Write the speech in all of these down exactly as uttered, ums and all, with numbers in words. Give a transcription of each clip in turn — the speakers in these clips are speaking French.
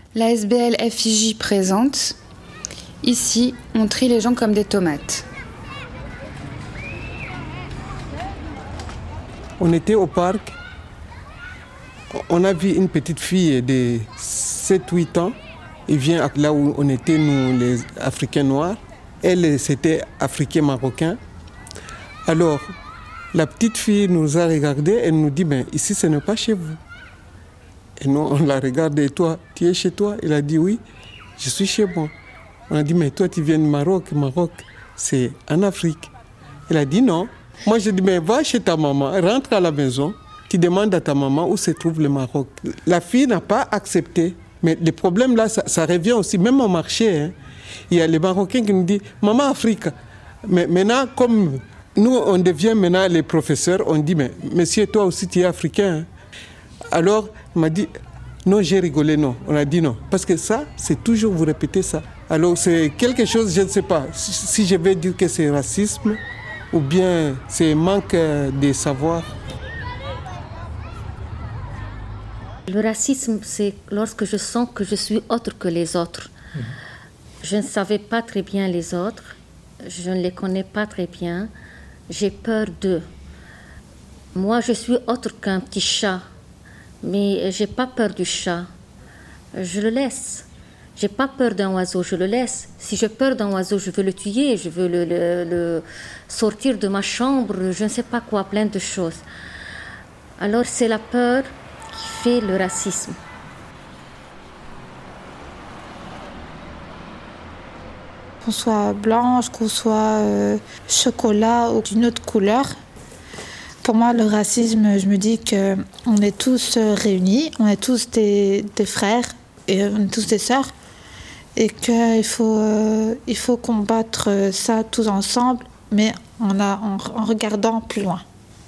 La S B L F I J présente. Ici, on trie les gens comme des tomates. On était au parc. On a vu une petite fille de sept huit ans. Elle vient là où on était, nous, les Africains noirs. Elle, c'était Africain-Marocain. Alors, la petite fille nous a regardés. Elle nous dit, ben, ici, ce n'est pas chez vous. Et nous, on l'a regardé. Et toi, tu es chez toi? Elle a dit, oui, je suis chez moi. On a dit, mais toi, tu viens de Maroc. Maroc, c'est en Afrique. Elle a dit, non. Moi, je dis, mais va chez ta maman, rentre à la maison. Tu demandes à ta maman où se trouve le Maroc. La fille n'a pas accepté. Mais le problème là, ça, ça revient aussi, même au marché. Hein. Il y a les Marocains qui nous disent, maman Afrique. Mais maintenant, comme nous, on devient maintenant les professeurs, on dit, mais monsieur, toi aussi, tu es africain. Hein. Alors, il m'a dit, non, j'ai rigolé, non. On a dit non. Parce que ça, c'est toujours vous répétez ça. Alors, c'est quelque chose, je ne sais pas, si je vais dire que c'est racisme ou bien c'est manque de savoir. Le racisme, c'est lorsque je sens que je suis autre que les autres. Mmh. Je ne savais pas très bien les autres. Je ne les connais pas très bien. J'ai peur d'eux. Moi, je suis autre qu'un petit chat. Mais je n'ai pas peur du chat. Je le laisse. Je n'ai pas peur d'un oiseau, je le laisse. Si j'ai peur d'un oiseau, je veux le tuer, je veux le, le, le sortir de ma chambre, je ne sais pas quoi, plein de choses. Alors c'est la peur qui fait le racisme. Qu'on soit blanche, qu'on soit euh, chocolat ou d'une autre couleur. Pour moi, le racisme, je me dis qu'on est tous réunis, on est tous des, des frères et on est tous des sœurs. Et qu'il faut, euh, il faut combattre ça tous ensemble, mais en, a, en, en regardant plus loin.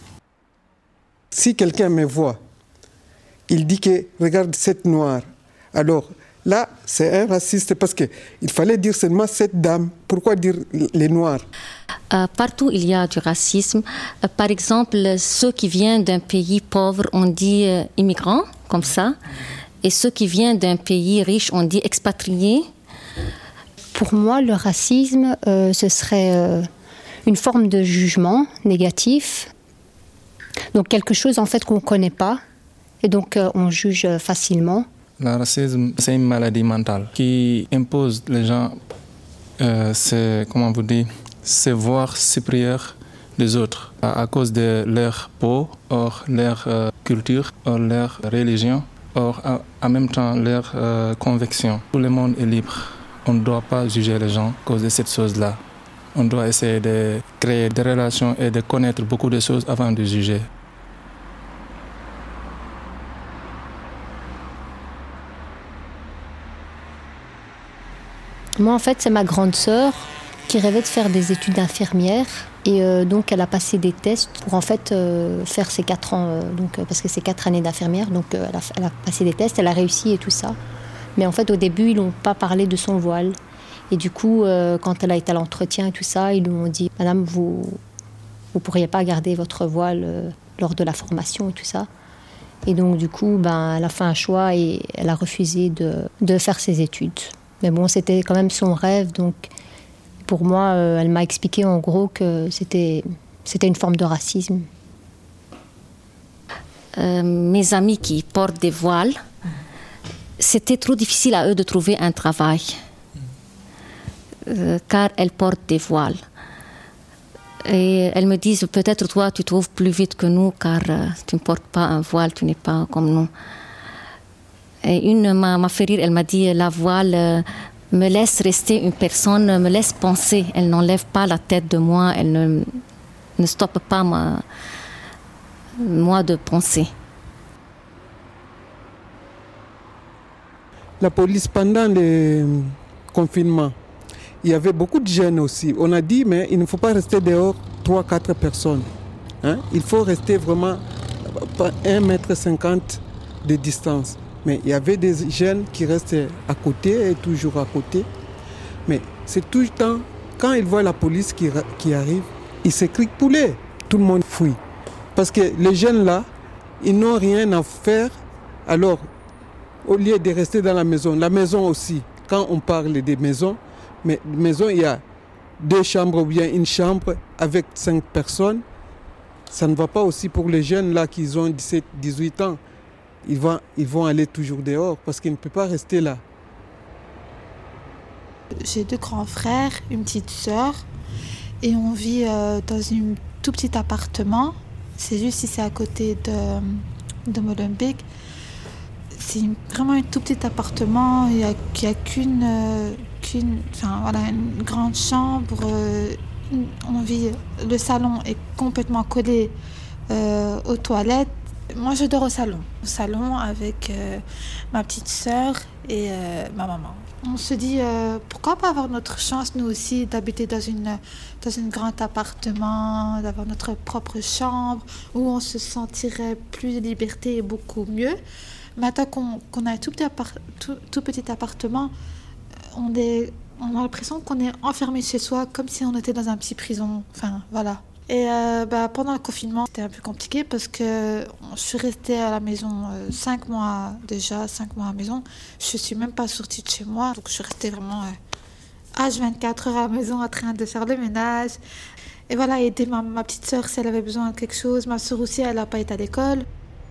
Si quelqu'un me voit, il dit que regarde cette noire, alors là, c'est un raciste parce qu'il fallait dire seulement cette dame. Pourquoi dire les noirs? Euh, partout, il y a du racisme. Euh, par exemple, ceux qui viennent d'un pays pauvre, on dit euh, immigrants, comme ça. Et ceux qui viennent d'un pays riche, on dit expatriés. Pour moi, le racisme, euh, ce serait euh, une forme de jugement négatif. Donc quelque chose en fait qu'on ne connaît pas et donc euh, on juge facilement. Le racisme, c'est une maladie mentale qui impose les gens, euh, c'est, comment vous dire, se voir supérieurs des autres à, à cause de leur peau, or leur euh, culture, or leur religion, or en même temps leur euh, conviction. Tout le monde est libre. On ne doit pas juger les gens à cause de cette chose-là. On doit essayer de créer des relations et de connaître beaucoup de choses avant de juger. Moi, en fait, c'est ma grande sœur qui rêvait de faire des études d'infirmière. Et euh, donc, elle a passé des tests pour en fait euh, faire ses quatre ans, euh, donc, euh, parce que c'est quatre années d'infirmière. Donc, euh, elle, a, elle a passé des tests, elle a réussi et tout ça. Mais en fait, au début, ils n'ont pas parlé de son voile. Et du coup, euh, quand elle a été à l'entretien et tout ça, ils lui ont dit « Madame, vous ne pourriez pas garder votre voile euh, lors de la formation et tout ça ». Et donc, du coup, ben, elle a fait un choix et elle a refusé de, de faire ses études. Mais bon, c'était quand même son rêve. Donc, pour moi, euh, elle m'a expliqué en gros que c'était, c'était une forme de racisme. Euh, mes amis qui portent des voiles, c'était trop difficile à eux de trouver un travail, euh, car elles portent des voiles. Et elles me disent, peut-être toi, tu trouves plus vite que nous, car euh, tu ne portes pas un voile, tu n'es pas comme nous. Et une m'a, m'a fait rire, elle m'a dit, la voile euh, me laisse rester une personne, me laisse penser. Elle n'enlève pas la tête de moi, elle ne, ne stoppe pas ma, moi de penser. La police, pendant le confinement, il y avait beaucoup de jeunes aussi. On a dit, mais il ne faut pas rester dehors trois quatre personnes. Hein? Il faut rester vraiment un mètre cinquante de distance. Mais il y avait des jeunes qui restent à côté et toujours à côté. Mais c'est tout le temps, quand ils voient la police qui, qui arrive, ils se crient poulet. Tout le monde fuit. Parce que les jeunes là, ils n'ont rien à faire. Alors, au lieu de rester dans la maison. La maison aussi, quand on parle des maisons, mais maison, il y a deux chambres ou bien une chambre avec cinq personnes. Ça ne va pas aussi pour les jeunes là qui ont dix-sept, dix-huit ans. Ils vont, ils vont aller toujours dehors parce qu'ils ne peuvent pas rester là. J'ai deux grands frères, une petite sœur et on vit euh, dans un tout petit appartement. C'est juste ici à côté de, de Molenbeek. C'est une, vraiment un tout petit appartement. Il n'y a, a qu'une, euh, qu'une, enfin, voilà, une grande chambre. Euh, on vit, le salon est complètement collé euh, aux toilettes. Moi, je dors au salon. Au salon avec euh, ma petite sœur et euh, ma maman. On se dit, euh, pourquoi pas avoir notre chance, nous aussi, d'habiter dans, une, dans un grand appartement, d'avoir notre propre chambre, où on se sentirait plus de liberté et beaucoup mieux. Maintenant qu'on, qu'on a un tout petit, appart- tout, tout petit appartement, on, est, on a l'impression qu'on est enfermé chez soi, comme si on était dans un petit prison. Enfin, voilà. Et euh, bah, pendant le confinement, c'était un peu compliqué parce que je suis restée à la maison euh, cinq mois déjà, cinq mois à la maison. Je ne suis même pas sortie de chez moi. Donc je suis restée vraiment euh, H vingt-quatre heures à la maison en train de faire le ménage. Et voilà, aider ma, ma petite sœur si elle avait besoin de quelque chose. Ma sœur aussi, elle n'a pas été à l'école.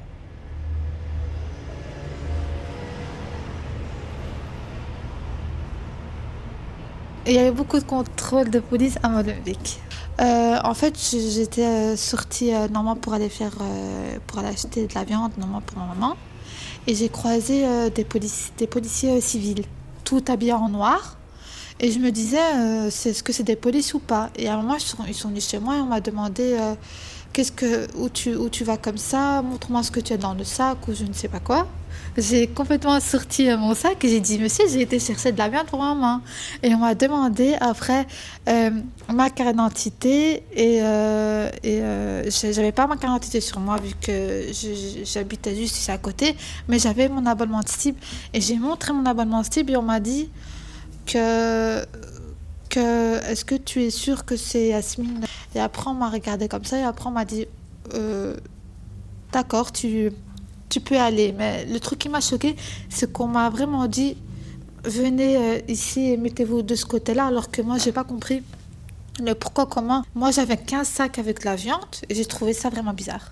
Et il y avait beaucoup de contrôles de police à Molenbeek. Euh, en fait, j'étais euh, sortie euh, normalement pour aller faire, euh, pour aller acheter de la viande, normalement pour ma maman, et j'ai croisé euh, des, polici- des policiers euh, civils, tout habillés en noir, et je me disais, euh, c'est, est-ce que c'est des policiers ou pas? Et à un moment, ils sont, ils sont venus chez moi et on m'a demandé, euh, qu'est-ce que, où tu, où tu vas comme ça? Montre-moi ce que tu as dans le sac ou je ne sais pas quoi. J'ai complètement sorti mon sac et j'ai dit, monsieur, j'ai été chercher de la viande pour ma maman. Et on m'a demandé après euh, ma carte d'identité et, euh, et euh, j'avais pas ma carte d'identité sur moi vu que je, j'habitais juste ici à côté, mais j'avais mon abonnement de Stib et j'ai montré mon abonnement de Stib et on m'a dit que, que est-ce que tu es sûr que c'est Yasmine? Et après on m'a regardé comme ça et après on m'a dit euh, d'accord, tu... tu peux aller. Mais le truc qui m'a choqué, c'est qu'on m'a vraiment dit venez euh, ici et mettez-vous de ce côté-là, alors que moi, j'ai pas compris le pourquoi, comment. Moi, j'avais quinze sacs avec la viande et j'ai trouvé ça vraiment bizarre.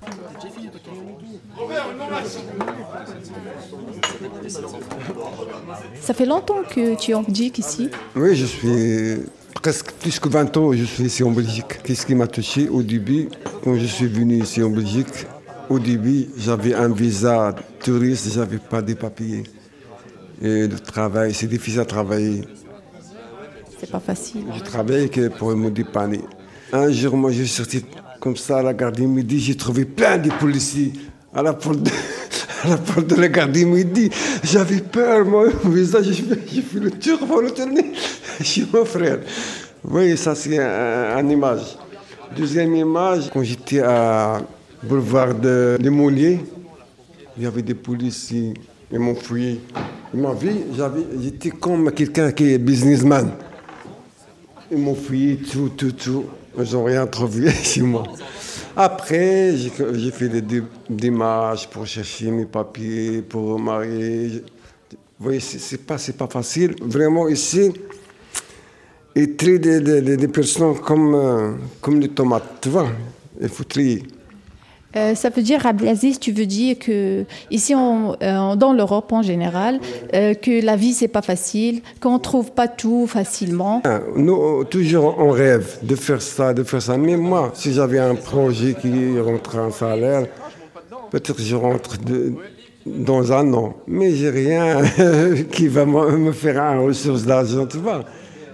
Ça fait longtemps que tu es en Belgique ici? Oui, je suis presque plus que vingt ans, je suis ici en Belgique. Qu'est-ce qui m'a touché au début, quand je suis venu ici en Belgique? Au début, j'avais un visa touriste, je n'avais pas de papiers. Et le travail, c'est difficile à travailler. C'est pas facile. Je travaillais que pour me dépanner. Un jour, moi, je suis sorti comme ça à la gare du Midi, j'ai trouvé plein de policiers à la porte de, à la, porte de la gare du Midi. J'avais peur, moi, mon visage, j'ai fait le tour pour le tourner chez mon frère. Vous voyez, ça, c'est une image. Deuxième image, quand j'étais à boulevard de, de Molière, il y avait des policiers, ils m'ont fouillé. Ils m'ont vu, j'avais, j'étais comme quelqu'un qui est businessman. Ils m'ont fouillé tout, tout, tout. Ils n'ont rien trouvé chez moi. Après, j'ai, j'ai fait des démarches pour chercher mes papiers, pour me marier. Vous voyez, c'est, c'est, pas, c'est pas facile. Vraiment, ici, ils trient des, des, des personnes comme, euh, comme des tomates, tu vois. Il faut trier. Euh, ça veut dire, Abdelaziz, tu veux dire que ici, on, euh, dans l'Europe en général, euh, que la vie c'est pas facile, qu'on ne trouve pas tout facilement. Nous, toujours, on rêve de faire ça, de faire ça. Mais moi, si j'avais un projet qui rentre en salaire, peut-être je rentre de, dans un an. Mais j'ai rien qui va me faire une ressource d'argent, tu vois.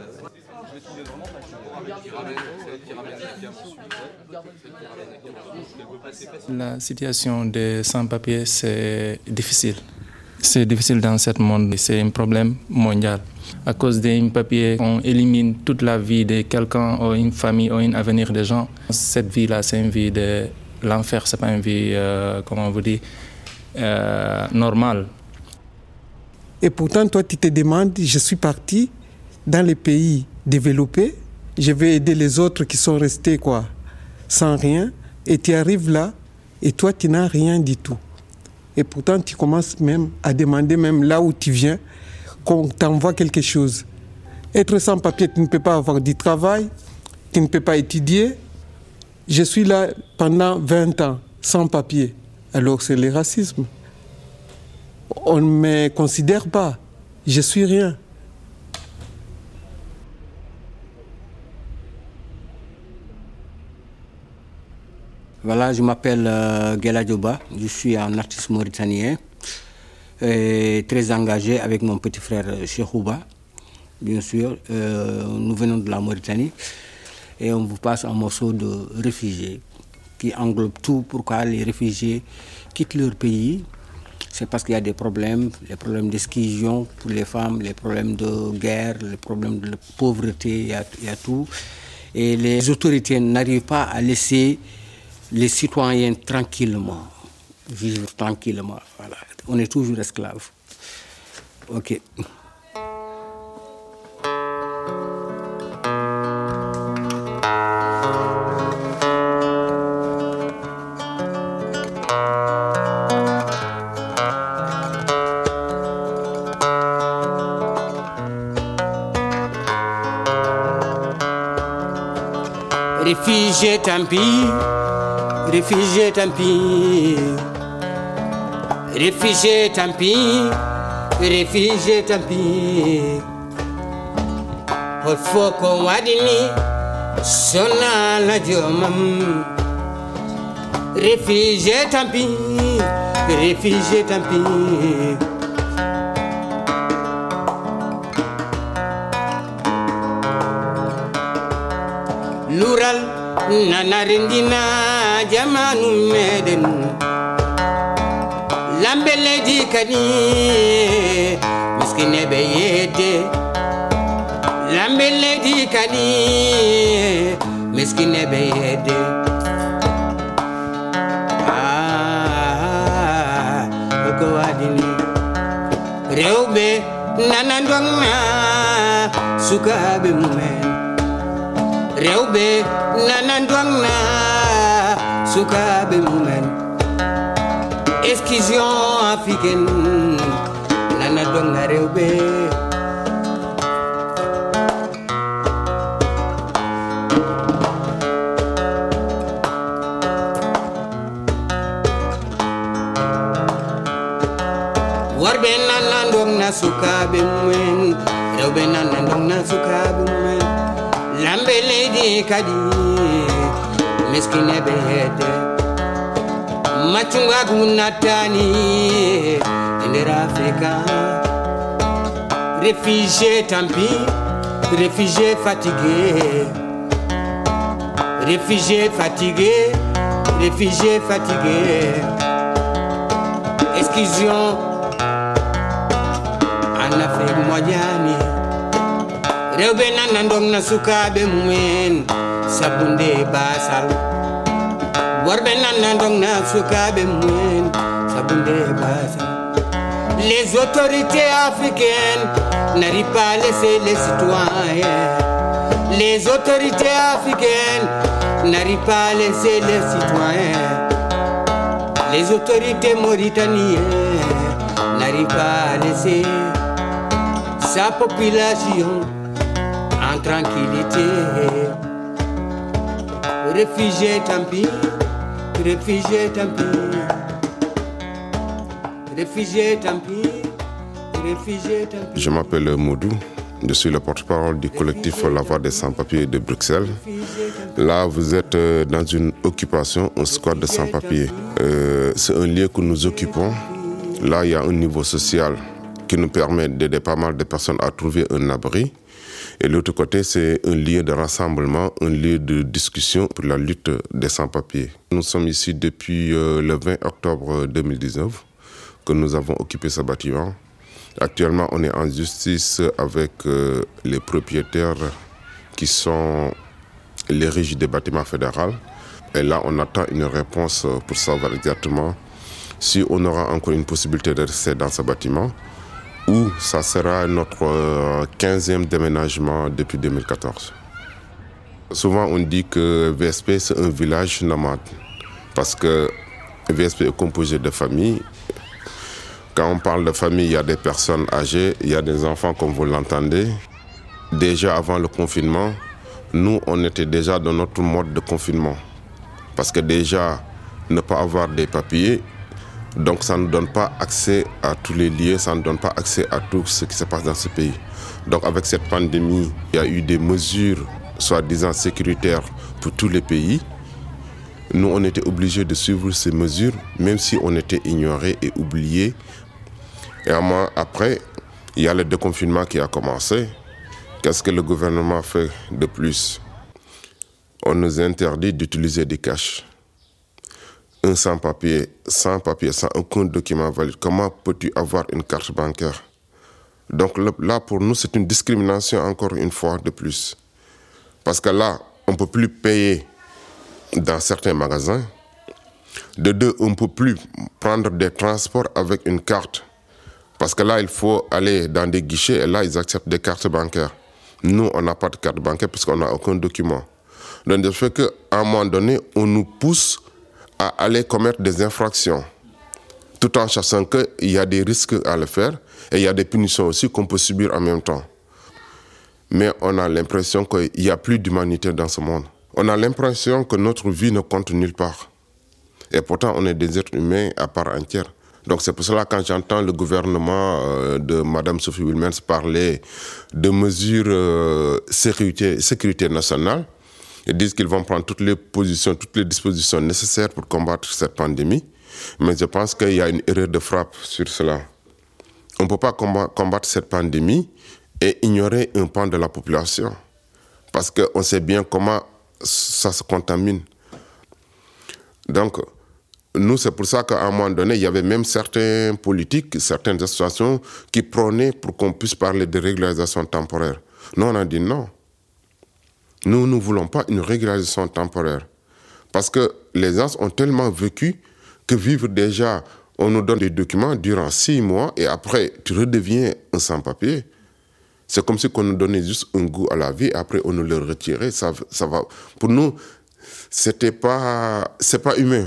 La situation des sans-papiers, c'est difficile. C'est difficile dans ce monde. C'est un problème mondial. À cause d'un papier, on élimine toute la vie de quelqu'un ou une famille ou un avenir des gens. Cette vie-là, c'est une vie de l'enfer. Ce n'est pas une vie, euh, comment on vous dit, euh, normale. Et pourtant, toi, tu te demandes, je suis parti dans les pays développés, je vais aider les autres qui sont restés quoi, sans rien. Et tu arrives là, et toi, tu n'as rien du tout. Et pourtant, tu commences même à demander, même là où tu viens, qu'on t'envoie quelque chose. Être sans papier, tu ne peux pas avoir du travail, tu ne peux pas étudier. Je suis là pendant vingt ans, sans papier. Alors c'est le racisme. On ne me considère pas. Je suis rien. Voilà, je m'appelle euh, Gela Dioba, je suis un artiste mauritanien, et très engagé avec mon petit frère Cheikhouba, bien sûr. Euh, nous venons de la Mauritanie et on vous passe un morceau de réfugiés qui englobe tout. Pourquoi les réfugiés quittent leur pays? C'est parce qu'il y a des problèmes, les problèmes d'exclusion pour les femmes, les problèmes de guerre, les problèmes de pauvreté, il y a, il y a tout. Et les autorités n'arrivent pas à laisser les citoyens tranquillement, vivre tranquillement. Voilà. On est toujours esclaves. Ok. Réfugiés, tant pis. Réfugiés, tant pis. Réfugiés, tant pis. Réfugiés, tant pis. Hot foko wadini sona la jomam. Réfugiés, tant pis. Réfugiés, tant pis. Lural nanarindina jamanu meden lambele di kani miskine beyede lambele di kani miskine beyede ah ko wadini rewbe nanandonna sukabe mumen rewbe nanandonna sukabe mumen exclusion africaine nanandonna rewbe warbe nanandonna sukabe mumen rewbe nanandonna sukabe mumen lambe lady kadi miskine behede machunga gunatani in Africa réfugiés tant pis réfugiés fatigués réfugiés fatigués réfugiés fatigués exclusion en Afrique moyenne. Rewbe nanandonna sukabe mumen sabunde basal warbe nanandonna sukabe mumen sabunde basal. Les autorités africaines n'arrivent pas à laisser les citoyens. Les autorités africaines n'arrivent pas à laisser les citoyens. Les autorités mauritaniennes n'arrivent pas à laisser sa population en tranquillité. Réfugiés, tant pis. Réfugiés, tant pis. Réfugiés, tant pis. Réfugiés, tant pis. Je m'appelle Moudou. Je suis le porte-parole du collectif La Voix des Sans-Papiers de Bruxelles. Là, vous êtes dans une occupation, un squat de sans-papiers. Euh, c'est un lieu que nous occupons. Là, il y a un niveau social qui nous permet d'aider pas mal de personnes à trouver un abri. Et l'autre côté, c'est un lieu de rassemblement, un lieu de discussion pour la lutte des sans-papiers. Nous sommes ici depuis euh, le vingt octobre deux mille dix-neuf que nous avons occupé ce bâtiment. Actuellement, on est en justice avec euh, les propriétaires qui sont les régies des bâtiments fédéraux. Et là, on attend une réponse pour savoir exactement si on aura encore une possibilité de rester dans ce bâtiment ou ça sera notre euh, quinzième déménagement depuis deux mille quatorze. Souvent, on dit que V S P, c'est un village nomade parce que V S P est composé de familles. Quand on parle de famille, il y a des personnes âgées, il y a des enfants comme vous l'entendez. Déjà avant le confinement, nous, on était déjà dans notre mode de confinement. Parce que déjà, ne pas avoir des papiers, donc ça ne donne pas accès à tous les lieux, ça ne donne pas accès à tout ce qui se passe dans ce pays. Donc avec cette pandémie, il y a eu des mesures soi-disant sécuritaires pour tous les pays. Nous, on était obligés de suivre ces mesures, même si on était ignorés et oubliés. Et un mois après, il y a le déconfinement qui a commencé. Qu'est-ce que le gouvernement fait de plus? On nous interdit d'utiliser des cash. Un sans-papier, sans papier, sans aucun document valide, comment peux-tu avoir une carte bancaire? Donc là, pour nous, c'est une discrimination encore une fois de plus. Parce que là, on ne peut plus payer dans certains magasins. De deux, on ne peut plus prendre des transports avec une carte. Parce que là, il faut aller dans des guichets et là, ils acceptent des cartes bancaires. Nous, on n'a pas de carte bancaire puisqu'on n'a aucun document. Donc, ça fait qu'à un moment donné, on nous pousse à aller commettre des infractions, tout en sachant qu'il y a des risques à le faire et il y a des punitions aussi qu'on peut subir en même temps. Mais on a l'impression qu'il n'y a plus d'humanité dans ce monde. On a l'impression que notre vie ne compte nulle part. Et pourtant, on est des êtres humains à part entière. Donc c'est pour cela que quand j'entends le gouvernement euh, de Mme Sophie Wilmens parler de mesures euh, sécurité, sécurité nationale, ils disent qu'ils vont prendre toutes les positions, toutes les dispositions nécessaires pour combattre cette pandémie. Mais je pense qu'il y a une erreur de frappe sur cela. On ne peut pas combattre cette pandémie et ignorer un pan de la population. Parce qu'on sait bien comment ça se contamine. Donc, nous, c'est pour ça qu'à un moment donné, il y avait même certains politiques, certaines associations qui prônaient pour qu'on puisse parler de régularisation temporaire. Nous, on a dit non. Nous ne voulons pas une régularisation temporaire. Parce que les gens ont tellement vécu que vivre déjà, on nous donne des documents durant six mois et après, tu redeviens un sans-papier. C'est comme si on nous donnait juste un goût à la vie et après, on nous le retirait. Ça, ça va. Pour nous, c'était pas, c'est pas humain.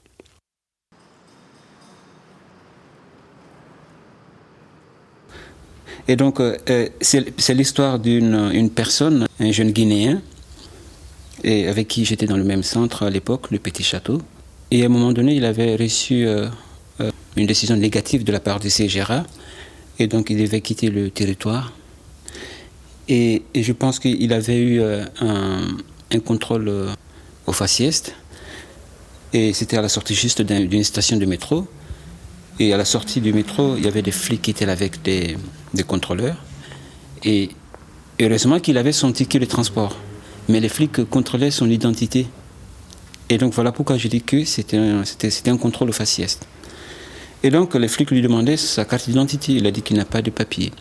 Et donc, euh, c'est, c'est l'histoire d'une une personne, un jeune Guinéen, et avec qui j'étais dans le même centre à l'époque, le Petit Château. Et à un moment donné, il avait reçu euh, euh, une décision négative de la part du C G R A, et donc il devait quitter le territoire. Et, et je pense qu'il avait eu euh, un, un contrôle euh, au faciès, et c'était à la sortie juste d'un, d'une station de métro. Et à la sortie du métro, il y avait des flics qui étaient là avec des, des contrôleurs. Et heureusement qu'il avait son ticket de transport. Mais les flics contrôlaient son identité. Et donc voilà pourquoi je dis que c'était un, c'était, c'était un contrôle au faciès. Et donc les flics lui demandaient sa carte d'identité. Il a dit qu'il n'a pas de papier.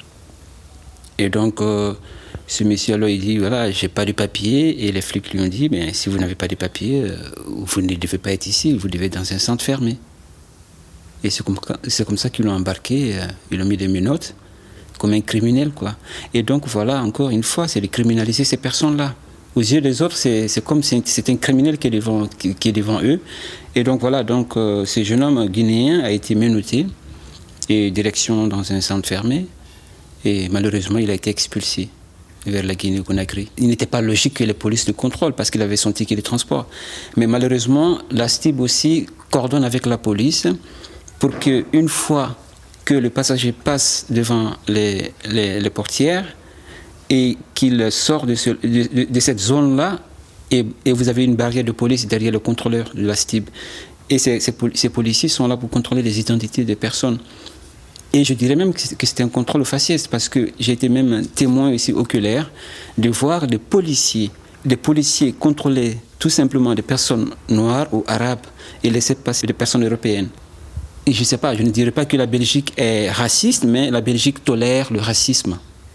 Et donc euh, ce monsieur alors il dit voilà, j'ai pas de papier. Et les flics lui ont dit mais si vous n'avez pas de papier, euh, vous ne devez pas être ici, vous devez être dans un centre fermé. Et c'est comme, c'est comme ça qu'ils l'ont embarqué, euh, ils l'ont mis des menottes, comme un criminel, quoi. Et donc, voilà, encore une fois, c'est de criminaliser ces personnes-là. Aux yeux des autres, c'est, c'est comme si c'est un criminel qui est devant, qui, qui est devant eux. Et donc, voilà, donc, euh, ce jeune homme guinéen a été menotté, et direction dans un centre fermé, et malheureusement, il a été expulsé vers la Guinée-Conakry. Il n'était pas logique que les polices le contrôlent, parce qu'il avait son ticket de transport. Mais malheureusement, la S T I B aussi coordonne avec la police, pour qu'une fois que le passager passe devant les, les, les portières et qu'il sort de, ce, de, de cette zone-là, et, et vous avez une barrière de police derrière le contrôleur de la S T I B. Et ces, ces, ces policiers sont là pour contrôler les identités des personnes. Et je dirais même que c'était un contrôle au faciès, parce que j'ai été même un témoin ici oculaire de voir des policiers, des policiers contrôler tout simplement des personnes noires ou arabes et laisser passer des personnes européennes. Et je ne sais pas, je ne dirais pas que la Belgique est raciste, mais la Belgique tolère le racisme.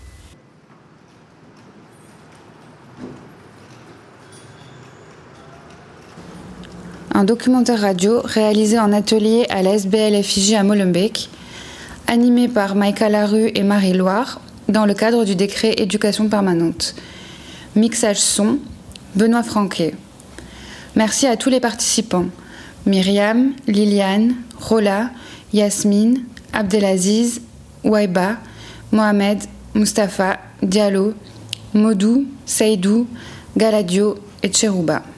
Un documentaire radio réalisé en atelier à la S B L F I J à Molenbeek, animé par Maïka Larue et Marie Loire, dans le cadre du décret éducation permanente. Mixage son, Benoît Franquet. Merci à tous les participants. Myriam, Liliane, Rola, Yasmine, Abdelaziz, Waiba, Mohamed, Mustapha, Diallo, Modou, Seydou, Galadio et Cherouba.